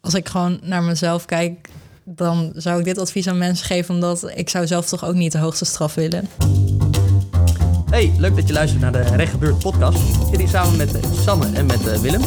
als ik gewoon naar mezelf kijk, dan zou ik dit advies aan mensen geven, omdat ik zou zelf toch ook niet de hoogste straf willen. Hey, leuk dat je luistert naar de Recht Gebeurd podcast. Ik zit hier samen met Sanne en met Willem.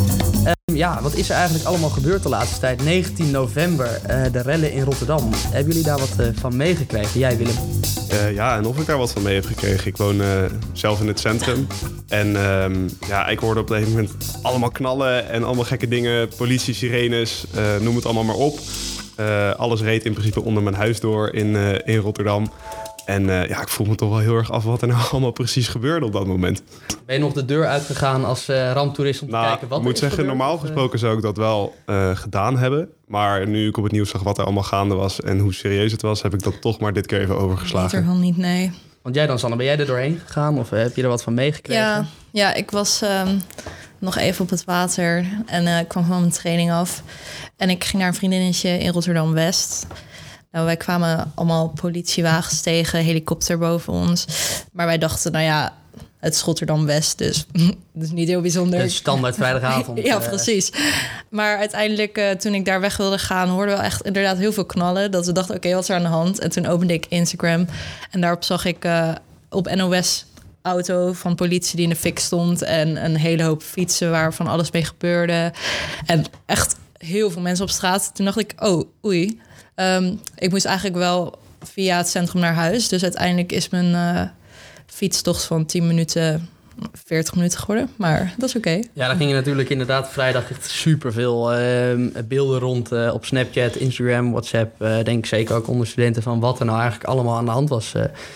Wat is er eigenlijk allemaal gebeurd de laatste tijd? 19 november, de rellen in Rotterdam. Hebben jullie daar wat van meegekregen? Jij, Willem? En of ik daar wat van mee heb gekregen. Ik woon zelf in het centrum. En ik hoorde op een gegeven moment allemaal knallen en allemaal gekke dingen. Politie, sirenes, noem het allemaal maar op. Alles reed in principe onder mijn huis door in Rotterdam. En ik vroeg me toch wel heel erg af wat er nou allemaal precies gebeurde op dat moment. Ben je nog de deur uitgegaan als ramptoerist om te kijken wat ik moet zeggen, normaal gesproken zou ik dat wel gedaan hebben. Maar nu ik op het nieuws zag wat er allemaal gaande was en hoe serieus het was, heb ik dat toch maar dit keer even overgeslagen. Ik er niet, nee. Want jij dan, Sanne, ben jij er doorheen gegaan of heb je er wat van meegekregen? Ja, ik was nog even op het water en ik kwam van mijn training af. En ik ging naar een vriendinnetje in Rotterdam-West. Nou, wij kwamen allemaal politiewagens tegen, helikopter boven ons. Maar wij dachten, het is Rotterdam-West, dus dat is niet heel bijzonder. Een standaard vrijdagavond. Ja, precies. Maar uiteindelijk, toen ik daar weg wilde gaan, hoorden we echt inderdaad heel veel knallen. Dat we dachten, oké, wat is er aan de hand? En toen opende ik Instagram en daarop zag ik op NOS auto van politie die in de fik stond en een hele hoop fietsen waar van alles mee gebeurde. En echt heel veel mensen op straat. Toen dacht ik, oei. Ik moest eigenlijk wel via het centrum naar huis. Dus uiteindelijk is mijn fietstocht van 10 minuten 40 minuten geworden. Maar dat is oké. Ja, daar gingen natuurlijk inderdaad vrijdag echt superveel beelden rond op Snapchat, Instagram, WhatsApp. Denk ik zeker ook onder studenten van wat er nou eigenlijk allemaal aan de hand was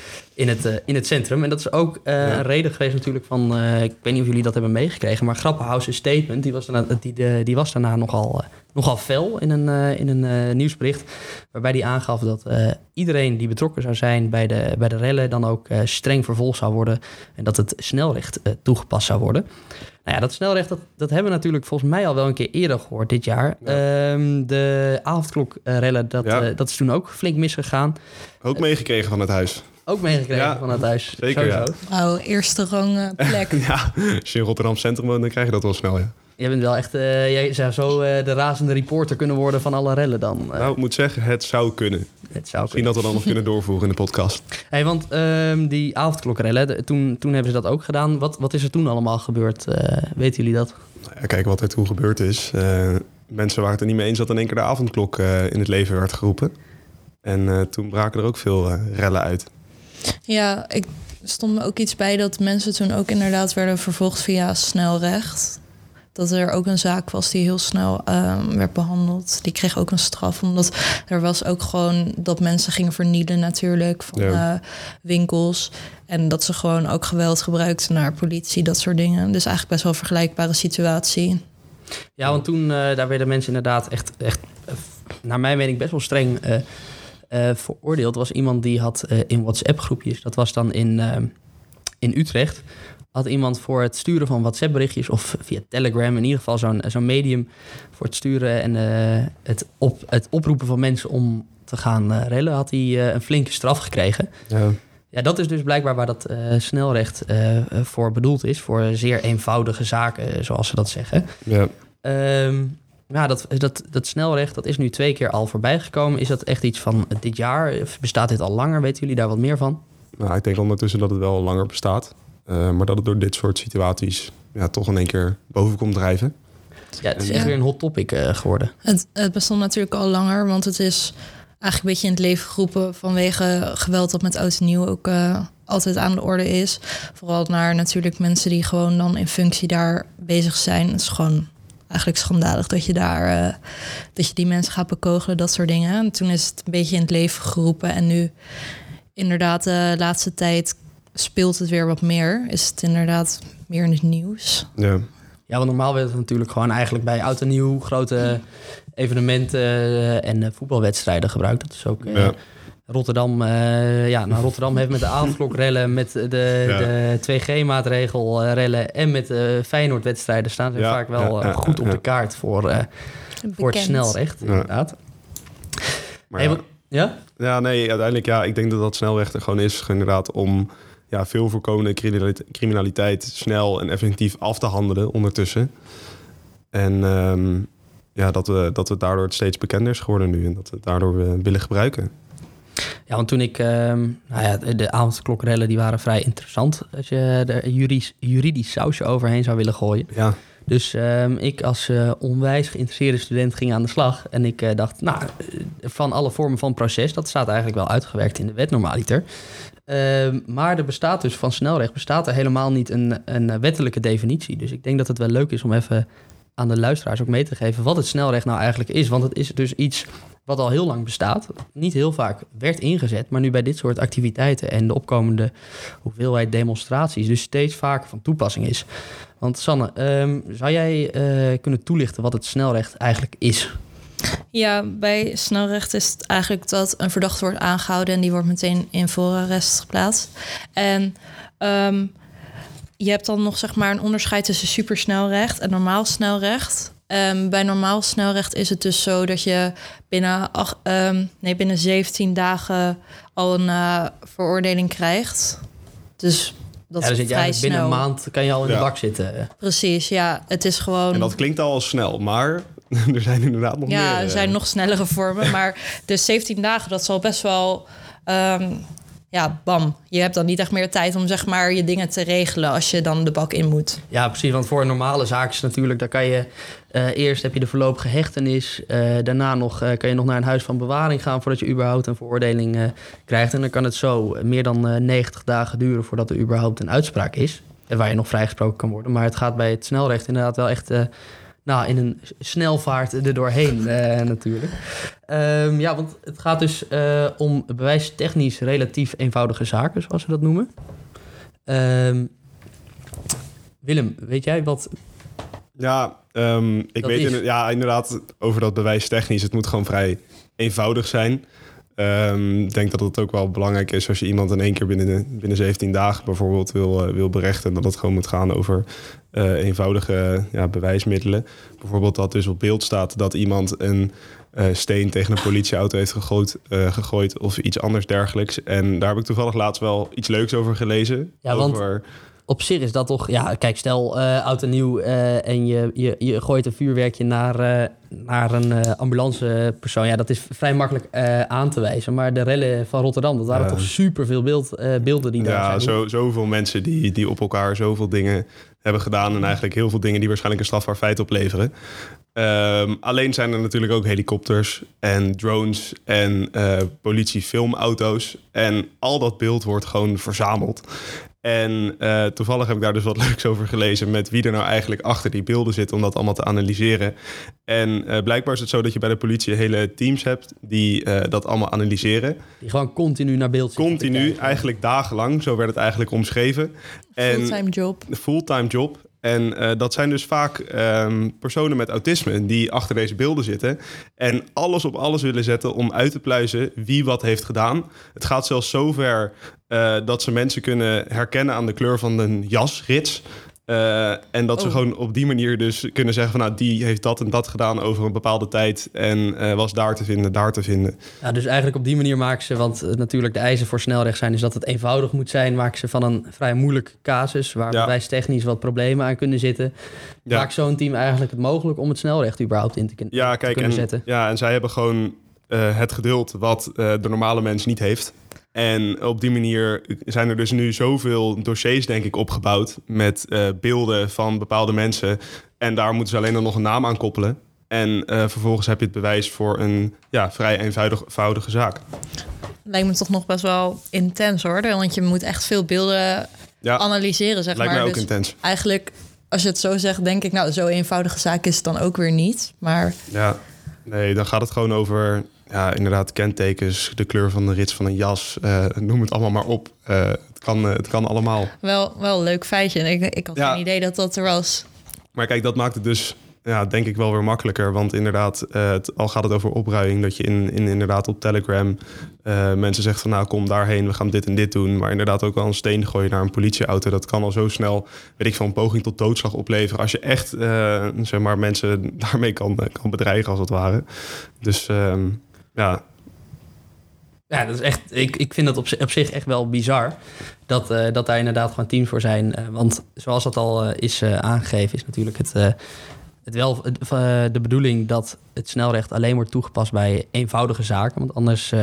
in het centrum. En dat is ook een reden geweest natuurlijk van, ik weet niet of jullie dat hebben meegekregen, maar Grappenhaus' statement, die was daarna nogal fel in een nieuwsbericht, waarbij hij aangaf dat iedereen die betrokken zou zijn bij de rellen dan ook streng vervolgd zou worden en dat het snelrecht toegepast zou worden. Nou ja, dat snelrecht, dat hebben we natuurlijk volgens mij al wel een keer eerder gehoord dit jaar. Ja. De avondklokrellen, dat is toen ook flink misgegaan. Ook meegekregen van het huis. Ook meegekregen van het huis. Zeker, sowieso. Eerste rang plek. Ja, als je in Rotterdam Centrum woont, dan krijg je dat wel snel, ja. Jij bent wel echt, jij zou zo de razende reporter kunnen worden van alle rellen dan. Nou, ik moet zeggen, het zou kunnen. Misschien dat we dan nog kunnen doorvoeren in de podcast. Hey, want die avondklokrellen, toen hebben ze dat ook gedaan. Wat is er toen allemaal gebeurd? Weten jullie dat? Nou ja, kijk, wat er toen gebeurd is. Mensen waren het er niet mee eens dat in één keer de avondklok in het leven werd geroepen. En toen braken er ook veel rellen uit. Ja, ik stond me ook iets bij dat mensen toen ook inderdaad werden vervolgd via snelrecht. Dat er ook een zaak was die heel snel werd behandeld. Die kreeg ook een straf, omdat er was ook gewoon dat mensen gingen vernielen natuurlijk van winkels. En dat ze gewoon ook geweld gebruikten naar politie, dat soort dingen. Dus eigenlijk best wel een vergelijkbare situatie. Ja, want toen daar werden mensen inderdaad echt naar mijn mening best wel streng veroordeeld. Er was iemand die had in WhatsApp-groepjes, dat was dan in Utrecht, had iemand voor het sturen van WhatsApp-berichtjes of via Telegram, in ieder geval zo'n medium voor het sturen en het oproepen van mensen om te gaan rellen, had hij een flinke straf gekregen. Ja, dat is dus blijkbaar waar dat snelrecht voor bedoeld is, voor zeer eenvoudige zaken, zoals ze dat zeggen. Ja. Dat snelrecht, dat is nu 2 keer al voorbij gekomen. Is dat echt iets van dit jaar? Of bestaat dit al langer? Weten jullie daar wat meer van? Nou, ik denk ondertussen dat het wel langer bestaat. Maar dat het door dit soort situaties toch in één keer boven komt drijven. Ja, het is echt weer een hot topic geworden. Het bestond natuurlijk al langer, want het is eigenlijk een beetje in het leven geroepen vanwege geweld dat met oud en nieuw ook altijd aan de orde is. Vooral naar natuurlijk mensen die gewoon dan in functie daar bezig zijn. Het is gewoon eigenlijk schandalig dat je daar dat je die mensen gaat bekogelen, dat soort dingen. En toen is het een beetje in het leven geroepen en nu inderdaad de laatste tijd speelt het weer wat meer. Is het inderdaad meer in het nieuws. Ja, want normaal werd het natuurlijk gewoon eigenlijk bij oud en nieuw grote evenementen en voetbalwedstrijden gebruikt. Dat is ook Rotterdam. Rotterdam heeft met de avondklokrellen, met de 2G-maatregel rellen en met de Feyenoord-wedstrijden staan ze vaak wel goed op de kaart voor het snelrecht, inderdaad. Maar uiteindelijk, ik denk dat snelrecht er gewoon is, inderdaad, om veel voorkomende criminaliteit snel en effectief af te handelen ondertussen. En dat het daardoor het steeds bekender is geworden nu. En dat we het daardoor willen gebruiken. Ja, want toen ik... de avondklokrellen die waren vrij interessant. Als je er juridisch sausje overheen zou willen gooien. Ja. Dus ik als onwijs geïnteresseerde student ging aan de slag. En ik dacht, van alle vormen van proces... dat staat eigenlijk wel uitgewerkt in de wet normaliter. Maar er bestaat dus van snelrecht... er helemaal niet een wettelijke definitie. Dus ik denk dat het wel leuk is om even aan de luisteraars ook mee te geven... wat het snelrecht nou eigenlijk is. Want het is dus iets wat al heel lang bestaat. Niet heel vaak werd ingezet... maar nu bij dit soort activiteiten... en de opkomende hoeveelheid demonstraties... dus steeds vaker van toepassing is... Want Sanne, zou jij kunnen toelichten wat het snelrecht eigenlijk is? Ja, bij snelrecht is het eigenlijk dat een verdachte wordt aangehouden... en die wordt meteen in voorarrest geplaatst. En je hebt dan nog zeg maar een onderscheid tussen supersnelrecht en normaal snelrecht. Bij normaal snelrecht is het dus zo dat je binnen 17 dagen al een veroordeling krijgt. Dus... Dat dan zit je eigenlijk binnen een maand kan je al in de bak zitten. Precies, ja. Het is gewoon... En dat klinkt al snel, maar er zijn inderdaad nog meer... Ja, er zijn nog snellere vormen. Maar dus 17 dagen, dat zal best wel... bam. Je hebt dan niet echt meer tijd om zeg maar je dingen te regelen... als je dan de bak in moet. Ja, precies. Want voor een normale zaak is natuurlijk... daar kan je eerst heb je de voorlopige hechtenis. Daarna kan je nog naar een huis van bewaring gaan... voordat je überhaupt een veroordeling krijgt. En dan kan het zo meer dan 90 dagen duren... voordat er überhaupt een uitspraak is. Waar je nog vrijgesproken kan worden. Maar het gaat bij het snelrecht inderdaad wel echt... in een snelvaart er doorheen natuurlijk. Want het gaat dus om bewijstechnisch relatief eenvoudige zaken, zoals we dat noemen. Willem, weet jij wat... Ja, ik weet inderdaad over dat bewijstechnisch. Het moet gewoon vrij eenvoudig zijn. Ik denk dat het ook wel belangrijk is als je iemand in één keer binnen 17 dagen bijvoorbeeld wil berechten. Dat het gewoon moet gaan over eenvoudige bewijsmiddelen. Bijvoorbeeld dat dus op beeld staat dat iemand een steen tegen een politieauto heeft gegooid of iets anders dergelijks. En daar heb ik toevallig laatst wel iets leuks over gelezen. Ja, want op zich is dat toch... Ja, kijk, stel oud en nieuw en je gooit een vuurwerkje naar een ambulancepersoon. Ja, dat is vrij makkelijk aan te wijzen. Maar de rellen van Rotterdam, dat waren toch superveel beelden die daar zijn. Ja, zoveel mensen die op elkaar zoveel dingen hebben gedaan. En eigenlijk heel veel dingen die waarschijnlijk een strafbaar feit opleveren. Alleen zijn er natuurlijk ook helikopters en drones en politiefilmauto's. En al dat beeld wordt gewoon verzameld. En toevallig heb ik daar dus wat leuks over gelezen... met wie er nou eigenlijk achter die beelden zit... om dat allemaal te analyseren. En blijkbaar is het zo dat je bij de politie hele teams hebt... die dat allemaal analyseren. Die gewoon continu naar beeld zitten. Continu, eigenlijk dagenlang. Zo werd het eigenlijk omschreven. Fulltime job. En dat zijn dus vaak personen met autisme die achter deze beelden zitten... en alles op alles willen zetten om uit te pluizen wie wat heeft gedaan. Het gaat zelfs zover dat ze mensen kunnen herkennen aan de kleur van een jasrits... en dat ze gewoon op die manier dus kunnen zeggen van... nou, die heeft dat en dat gedaan over een bepaalde tijd... en was daar te vinden. Ja, dus eigenlijk op die manier maken ze... want natuurlijk de eisen voor snelrecht zijn... is dat het eenvoudig moet zijn... maken ze van een vrij moeilijk casus... waar bewijstechnisch wat problemen aan kunnen zitten... maakt zo'n team eigenlijk het mogelijk... om het snelrecht überhaupt in te kunnen zetten. Ja, en zij hebben gewoon het geduld... wat de normale mens niet heeft... En op die manier zijn er dus nu zoveel dossiers, denk ik, opgebouwd... met beelden van bepaalde mensen. En daar moeten ze alleen dan nog een naam aan koppelen. En vervolgens heb je het bewijs voor een vrij eenvoudige zaak. Lijkt me toch nog best wel intens, hoor. Want je moet echt veel beelden analyseren, zeg lijkt maar. Lijkt mij ook intens. Eigenlijk, als je het zo zegt, denk ik... nou, zo eenvoudige zaak is het dan ook weer niet. Maar... Ja, nee, dan gaat het gewoon over... Ja, inderdaad, kentekens, de kleur van de rits van een jas. Noem het allemaal maar op. Het kan allemaal. Wel een leuk feitje. Ik had geen idee dat dat er was. Maar kijk, dat maakt het dus, denk ik wel weer makkelijker. Want inderdaad, al gaat het over opruiing... dat je inderdaad op Telegram mensen zegt van... nou, kom daarheen, we gaan dit en dit doen. Maar inderdaad ook wel een steen gooien naar een politieauto. Dat kan al zo snel, weet ik veel, een poging tot doodslag opleveren... als je echt, zeg maar, mensen daarmee kan bedreigen, als het ware. Dus... Ja, dat is echt. Ik vind dat op zich echt wel bizar. Dat daar inderdaad gewoon teams voor zijn. Want zoals dat al is aangegeven, is natuurlijk de bedoeling dat het snelrecht alleen wordt toegepast bij eenvoudige zaken. Want anders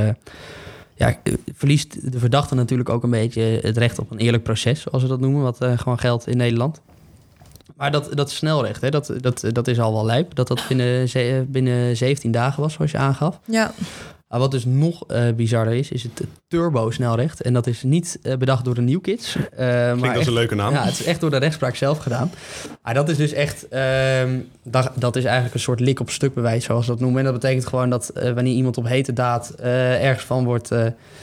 verliest de verdachte natuurlijk ook een beetje het recht op een eerlijk proces, zoals we dat noemen, wat gewoon geldt in Nederland. Maar dat snelrecht, hè, dat is al wel lijp. Dat binnen 17 dagen was, zoals je aangaf. Ja. Maar wat dus nog bizarder is het turbo-snelrecht. En dat is niet bedacht door de New Kids. Klinkt als een leuke naam. Ja, het is echt door de rechtspraak zelf gedaan. Maar dat is dus echt... dat is eigenlijk een soort lik op stuk bewijs, zoals ze dat noemen. En dat betekent gewoon dat wanneer iemand op hete daad ergens van wordt...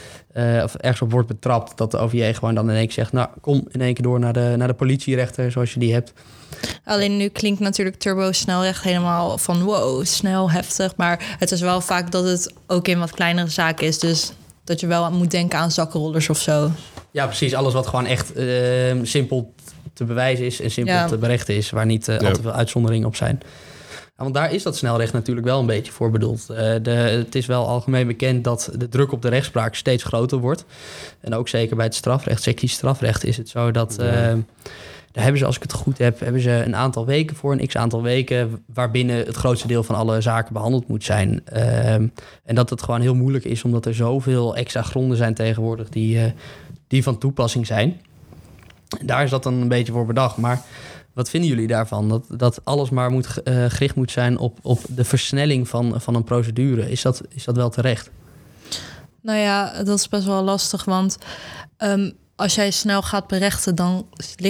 of ergens op wordt betrapt, dat de OVJ gewoon dan in één keer zegt... nou, kom in één keer door naar de politierechter, zoals je die hebt. Alleen nu klinkt natuurlijk turbo-snelrecht helemaal van wow, snel, heftig. Maar het is wel vaak dat het ook in wat kleinere zaken is. Dus dat je wel moet denken aan zakkenrollers of zo. Ja, precies. Alles wat gewoon echt simpel te bewijzen is en simpel te berechten is. Waar niet al te veel uitzonderingen op zijn. Ja, want daar is dat snelrecht natuurlijk wel een beetje voor bedoeld. Het is wel algemeen bekend dat de druk op de rechtspraak steeds groter wordt. En ook zeker bij het strafrecht, sectie strafrecht, is het zo dat... Daar hebben ze, als ik het goed heb, een aantal weken voor, een x-aantal weken... waarbinnen het grootste deel van alle zaken behandeld moet zijn. En dat het gewoon heel moeilijk is, omdat er zoveel extra gronden zijn tegenwoordig die van toepassing zijn. En daar is dat dan een beetje voor bedacht. Maar wat vinden jullie daarvan? Dat alles maar gericht moet zijn op de versnelling van een procedure. Is dat wel terecht? Nou ja, dat is best wel lastig, want... als jij snel gaat berechten, dan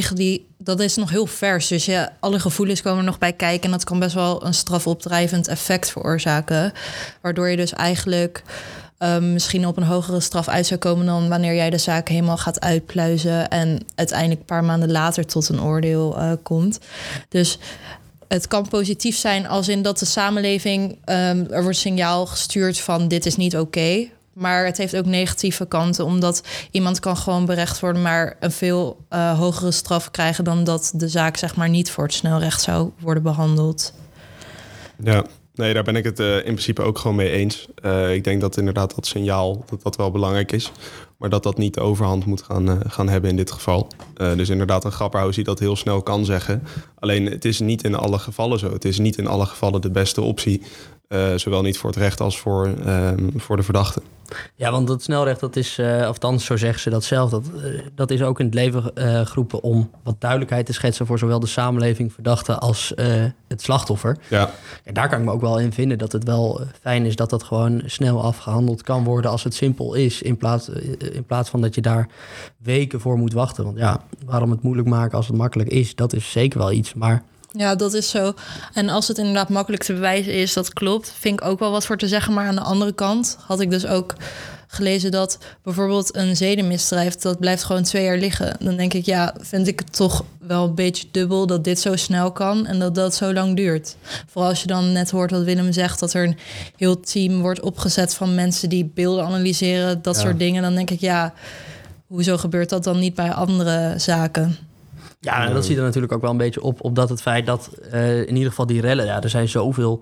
dat is nog heel vers. Dus alle gevoelens komen er nog bij kijken. En dat kan best wel een strafopdrijvend effect veroorzaken. Waardoor je dus eigenlijk misschien op een hogere straf uit zou komen... dan wanneer jij de zaak helemaal gaat uitpluizen... en uiteindelijk een paar maanden later tot een oordeel komt. Dus het kan positief zijn als in dat de samenleving... er wordt signaal gestuurd van dit is niet oké. Maar het heeft ook negatieve kanten, omdat iemand kan gewoon berecht worden... maar een veel hogere straf krijgen dan dat de zaak zeg maar niet voor het snelrecht zou worden behandeld. Ja, nee, daar ben ik het in principe ook gewoon mee eens. Ik denk dat inderdaad dat signaal dat wel belangrijk is. Maar dat niet de overhand moet gaan hebben in dit geval. Dus inderdaad een grapperhaus die dat heel snel kan zeggen. Alleen het is niet in alle gevallen zo. Het is niet in alle gevallen de beste optie. Zowel niet voor het recht als voor de verdachte. Ja, want het snelrecht, dat is, althans zo zeggen ze dat zelf... dat is ook in het leven geroepen om wat duidelijkheid te schetsen... voor zowel de samenleving, verdachte als het slachtoffer. Ja. En daar kan ik me ook wel in vinden dat het wel fijn is... dat gewoon snel afgehandeld kan worden als het simpel is... in plaats van dat je daar weken voor moet wachten. Want ja, waarom het moeilijk maken als het makkelijk is... dat is zeker wel iets, maar... Ja, dat is zo. En als het inderdaad makkelijk te bewijzen is, dat klopt. Vind ik ook wel wat voor te zeggen. Maar aan de andere kant had ik dus ook gelezen dat bijvoorbeeld een zedenmisdrijf... dat blijft gewoon 2 jaar liggen. Dan denk ik, vind ik het toch wel een beetje dubbel... dat dit zo snel kan en dat zo lang duurt. Vooral als je dan net hoort wat Willem zegt... dat er een heel team wordt opgezet van mensen die beelden analyseren... dat soort dingen. Dan denk ik, hoezo gebeurt dat dan niet bij andere zaken? Ja, dat ziet er natuurlijk ook wel een beetje op dat het feit dat in ieder geval die rellen... er zijn zoveel...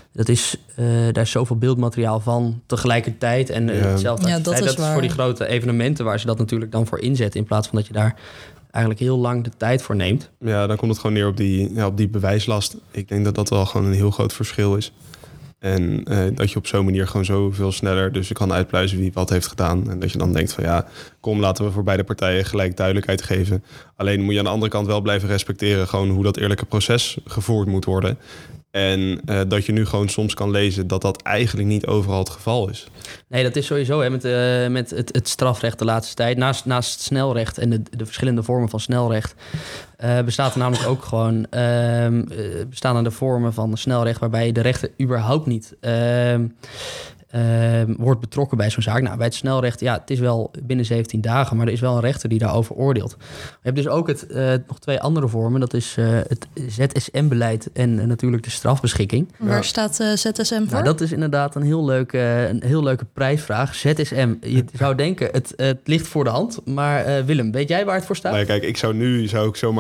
daar is zoveel beeldmateriaal van tegelijkertijd. En hetzelfde dat is voor die grote evenementen... waar ze dat natuurlijk dan voor inzetten... in plaats van dat je daar eigenlijk heel lang de tijd voor neemt. Ja, dan komt het gewoon neer op die bewijslast. Ik denk dat dat wel gewoon een heel groot verschil is. En dat je op zo'n manier gewoon zoveel sneller... dus je kan uitpluizen wie wat heeft gedaan. En dat je dan denkt van kom, laten we voor beide partijen gelijk duidelijkheid geven. Alleen moet je aan de andere kant wel blijven respecteren... gewoon hoe dat eerlijke proces gevoerd moet worden. En dat je nu gewoon soms kan lezen dat eigenlijk niet overal het geval is. Nee, dat is sowieso met het strafrecht de laatste tijd. Naast het snelrecht en de verschillende vormen van snelrecht... bestaat er namelijk ook gewoon bestaan er de vormen van snelrecht... waarbij de rechter überhaupt niet wordt betrokken bij zo'n zaak. Nou, bij het snelrecht, het is wel binnen 17 dagen... maar er is wel een rechter die daarover oordeelt. Je hebt dus ook nog 2 andere vormen. Dat is het ZSM-beleid en natuurlijk de strafbeschikking. Waar staat ZSM voor? Nou, dat is inderdaad een heel leuke prijsvraag. ZSM, je zou denken, het ligt voor de hand. Maar Willem, weet jij waar het voor staat? Nou, kijk, ik zou zomaar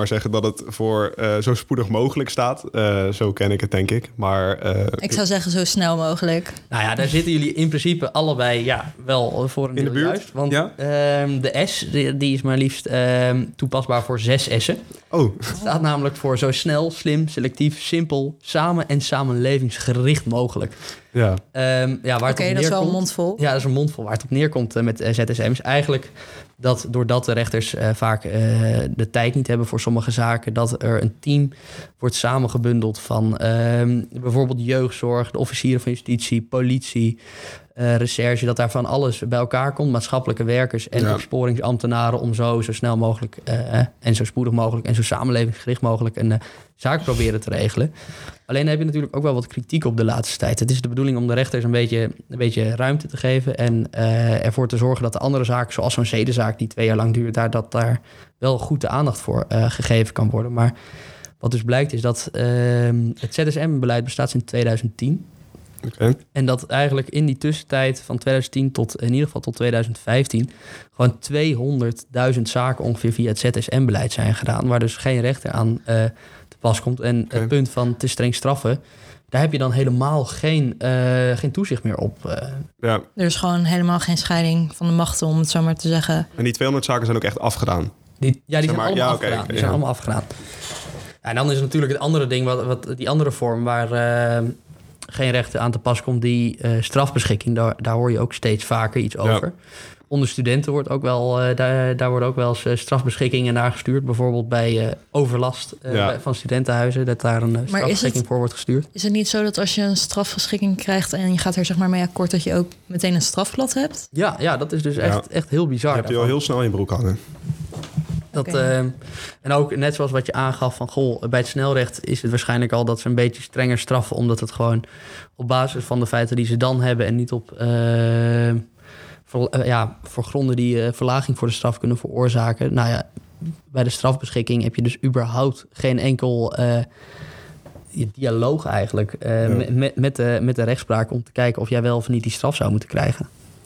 zeggen dat het voor zo spoedig mogelijk staat. Zo ken ik het, denk ik. Maar Ik zou zeggen zo snel mogelijk. Nou ja, daar zitten jullie in principe allebei wel voor een in de deel buurt. juist. Want Ja? de S, die is maar liefst toepasbaar voor 6 S'en. Oh, Het staat namelijk voor zo snel, slim, selectief, simpel, samen en samenlevingsgericht mogelijk. ja. Waar het op Oké, dat is wel een neerkomt- mondvol. Ja, dat is een mondvol. Waar het op neerkomt met ZSM is eigenlijk dat doordat de rechters vaak de tijd niet hebben voor sommige zaken, dat er een team wordt samengebundeld van bijvoorbeeld jeugdzorg, de officieren van justitie, politie, recherche, dat daar van alles bij elkaar komt, maatschappelijke werkers en Ja. opsporingsambtenaren om zo snel mogelijk en zo spoedig mogelijk en zo samenlevingsgericht mogelijk een zaak proberen te regelen. Alleen heb je natuurlijk ook wel wat kritiek op de laatste tijd. Het is de bedoeling om de rechters een beetje ruimte te geven en ervoor te zorgen dat de andere zaken, zoals zo'n zedenzaak die 2 jaar lang duurt, dat daar wel goed de aandacht voor gegeven kan worden. Maar wat dus blijkt is dat het ZSM-beleid bestaat sinds 2010. Oké. En dat eigenlijk in die tussentijd van 2010 tot in ieder geval tot 2015 gewoon 200.000 zaken ongeveer via het ZSM-beleid zijn gedaan, waar dus geen rechter aan te pas komt. En Oké. het punt van te streng straffen, daar heb je dan helemaal geen toezicht meer op. Ja. Er is gewoon helemaal geen scheiding van de machten, om het zo maar te zeggen. En die 200 zaken zijn ook echt afgedaan. Die Zeg zijn maar, allemaal ja, afgedaan. oké, Die zijn ja. allemaal afgedaan. Ja, en dan is natuurlijk het andere ding, wat die andere vorm waar geen rechter aan te pas komt, die strafbeschikking. Daar hoor je ook steeds vaker iets over. Onder studenten wordt ook wel, daar worden ook wel eens strafbeschikkingen naar gestuurd. Bijvoorbeeld bij overlast van studentenhuizen, dat daar een strafbeschikking voor wordt gestuurd. Is het niet zo dat als je een strafbeschikking krijgt en je gaat er zeg maar mee akkoord, dat je ook meteen een strafblad hebt? Ja, dat is dus echt heel bizar. Je hebt je al heel snel in je broek hangen. En ook net zoals wat je aangaf van bij het snelrecht is het waarschijnlijk al dat ze een beetje strenger straffen, omdat het gewoon op basis van de feiten die ze dan hebben en niet op voor gronden die verlaging voor de straf kunnen veroorzaken. Nou ja, bij de strafbeschikking heb je dus überhaupt geen enkel dialoog eigenlijk met de rechtspraak om te kijken of jij wel of niet die straf zou moeten krijgen.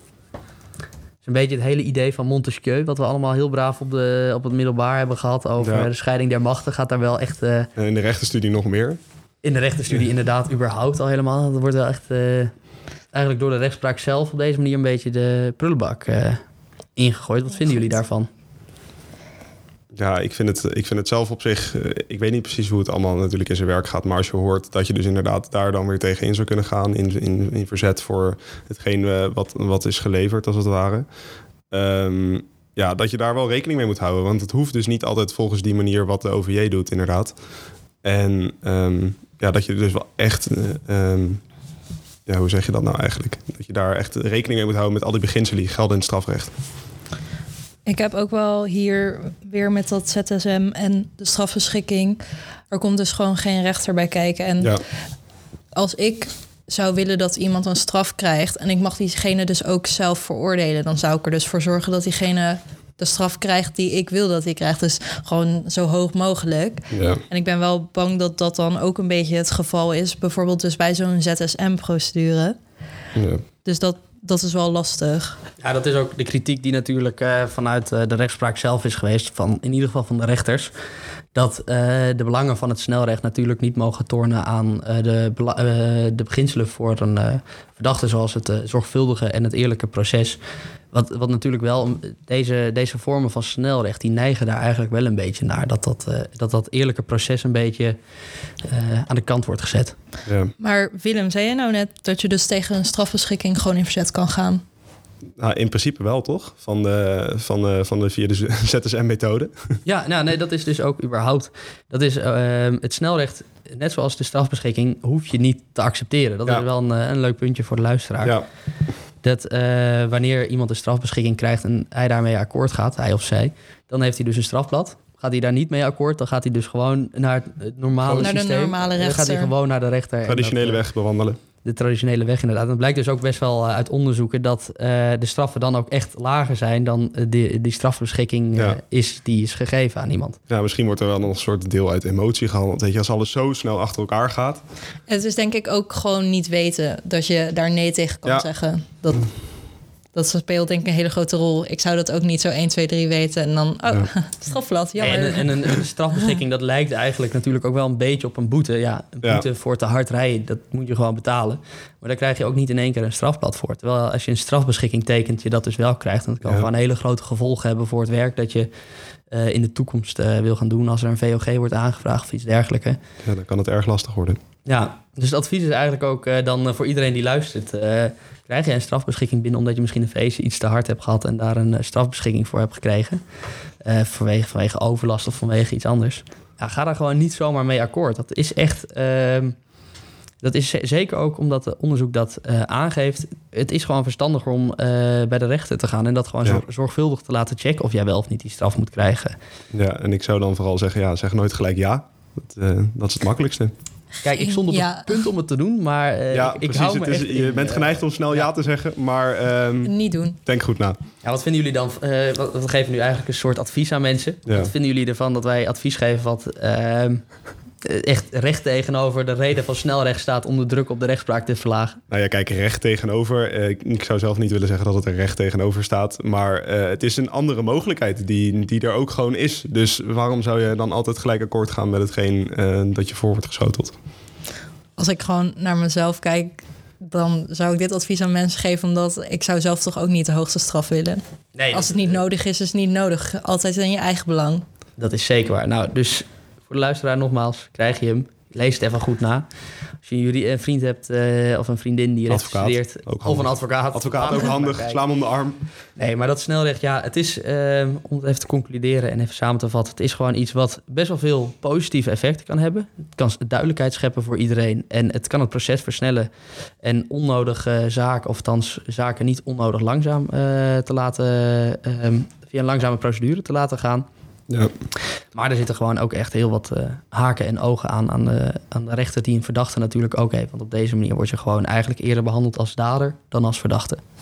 Is een beetje het hele idee van Montesquieu, wat we allemaal heel braaf op het middelbaar hebben gehad over de scheiding der machten, gaat daar wel echt... En in de rechtenstudie nog meer. In de rechtenstudie inderdaad überhaupt al helemaal. Dat wordt wel echt eigenlijk door de rechtspraak zelf op deze manier een beetje de prullenbak ingegooid. Wat vinden jullie daarvan? Ja, ik vind het zelf op zich... ik weet niet precies hoe het allemaal natuurlijk in zijn werk gaat. Maar als je hoort dat je dus inderdaad daar dan weer tegenin zou kunnen gaan... in verzet voor hetgeen wat is geleverd, als het ware. Dat je daar wel rekening mee moet houden. Want het hoeft dus niet altijd volgens die manier wat de OVJ doet, inderdaad. En dat je dus wel echt... hoe zeg je dat nou eigenlijk? Dat je daar echt rekening mee moet houden met al die beginselen die gelden in het strafrecht. Ik heb ook wel hier weer met dat ZSM en de strafbeschikking. Er komt dus gewoon geen rechter bij kijken. En als ik zou willen dat iemand een straf krijgt en ik mag diegene dus ook zelf veroordelen, dan zou ik er dus voor zorgen dat diegene de straf krijgt die ik wil dat hij krijgt. Dus gewoon zo hoog mogelijk. Ja. En ik ben wel bang dat dat dan ook een beetje het geval is. Bijvoorbeeld dus bij zo'n ZSM-procedure. Ja. Dus dat is wel lastig. Ja, dat is ook de kritiek die natuurlijk vanuit de rechtspraak zelf is geweest, in ieder geval van de rechters, dat de belangen van het snelrecht natuurlijk niet mogen tornen aan de beginselen voor een verdachte, zoals het zorgvuldige en het eerlijke proces. Wat natuurlijk wel, deze vormen van snelrecht, die neigen daar eigenlijk wel een beetje naar. Dat eerlijke proces een beetje aan de kant wordt gezet. Ja. Maar Willem, zei jij nou net dat je dus tegen een strafbeschikking gewoon in verzet kan gaan? Nou, in principe wel, toch? Van de via de ZSM-methode. Ja, nee, dat is dus ook überhaupt. Dat is het snelrecht, net zoals de strafbeschikking, hoef je niet te accepteren. Dat is wel een leuk puntje voor de luisteraar. Ja. Dat wanneer iemand een strafbeschikking krijgt en hij daarmee akkoord gaat, hij of zij, dan heeft hij dus een strafblad. Gaat hij daar niet mee akkoord, dan gaat hij dus gewoon naar het normale systeem. Naar de normale rechter. Dan gaat hij gewoon naar de rechter. Traditionele weg bewandelen. De traditionele weg, inderdaad. En het blijkt dus ook best wel uit onderzoeken dat de straffen dan ook echt lager zijn dan die strafbeschikking die is gegeven aan iemand. Ja, misschien wordt er wel nog een soort deel uit emotie gehandeld. Weet je, als alles zo snel achter elkaar gaat. Het is denk ik ook gewoon niet weten dat je daar nee tegen kan zeggen. Dat speelt denk ik een hele grote rol. Ik zou dat ook niet zo 1, 2, 3 weten. En dan, strafblad, jammer. En een strafbeschikking, dat lijkt eigenlijk natuurlijk ook wel een beetje op een boete. Ja, een boete voor te hard rijden, dat moet je gewoon betalen. Maar daar krijg je ook niet in één keer een strafblad voor. Terwijl als je een strafbeschikking tekent, je dat dus wel krijgt. En dat kan gewoon hele grote gevolgen hebben voor het werk dat je in de toekomst wil gaan doen als er een VOG wordt aangevraagd of iets dergelijks. Ja, dan kan het erg lastig worden. Ja, dus het advies is eigenlijk ook dan voor iedereen die luistert. Krijg je een strafbeschikking binnen omdat je misschien een feestje iets te hard hebt gehad en daar een strafbeschikking voor hebt gekregen. Vanwege overlast of vanwege iets anders. Ja, ga daar gewoon niet zomaar mee akkoord. Dat is echt... dat is zeker ook omdat het onderzoek dat aangeeft. Het is gewoon verstandiger om bij de rechter te gaan en dat gewoon zorgvuldig te laten checken of jij wel of niet die straf moet krijgen. Ja, en ik zou dan vooral zeggen, zeg nooit gelijk ja. Dat is het makkelijkste. Kijk, ik stond op het punt om het te doen, maar ik hou me echt je bent geneigd om snel ja te zeggen, maar... niet doen. Denk goed na. Ja, wat vinden jullie dan... we geven nu eigenlijk een soort advies aan mensen. Ja. Wat vinden jullie ervan dat wij advies geven wat echt recht tegenover de reden van snelrecht staat om de druk op de rechtspraak te verlagen? Nou ja, kijk, recht tegenover. Ik zou zelf niet willen zeggen dat het er recht tegenover staat, maar het is een andere mogelijkheid die er ook gewoon is. Dus waarom zou je dan altijd gelijk akkoord gaan met hetgeen dat je voor wordt geschoteld? Als ik gewoon naar mezelf kijk, dan zou ik dit advies aan mensen geven, omdat ik zou zelf toch ook niet de hoogste straf willen. Nee, als het niet nodig is het niet nodig. Altijd in je eigen belang. Dat is zeker waar. Nou, dus voor de luisteraar nogmaals, krijg je hem. Lees het even goed na. Als je een vriend hebt of een vriendin die recht studeert. Of een advocaat. Advocaat ook handig. Sla hem om de arm. Nee, maar dat snelrecht, ja, het is, om het even te concluderen en even samen te vatten, het is gewoon iets wat best wel veel positieve effecten kan hebben. Het kan duidelijkheid scheppen voor iedereen en het kan het proces versnellen en onnodige zaken, of althans zaken niet onnodig langzaam te laten, via een langzame procedure te laten gaan. Ja. Maar er zitten gewoon ook echt heel wat haken en ogen aan de rechten die een verdachte natuurlijk ook heeft. Want op deze manier word je gewoon eigenlijk eerder behandeld als dader dan als verdachte.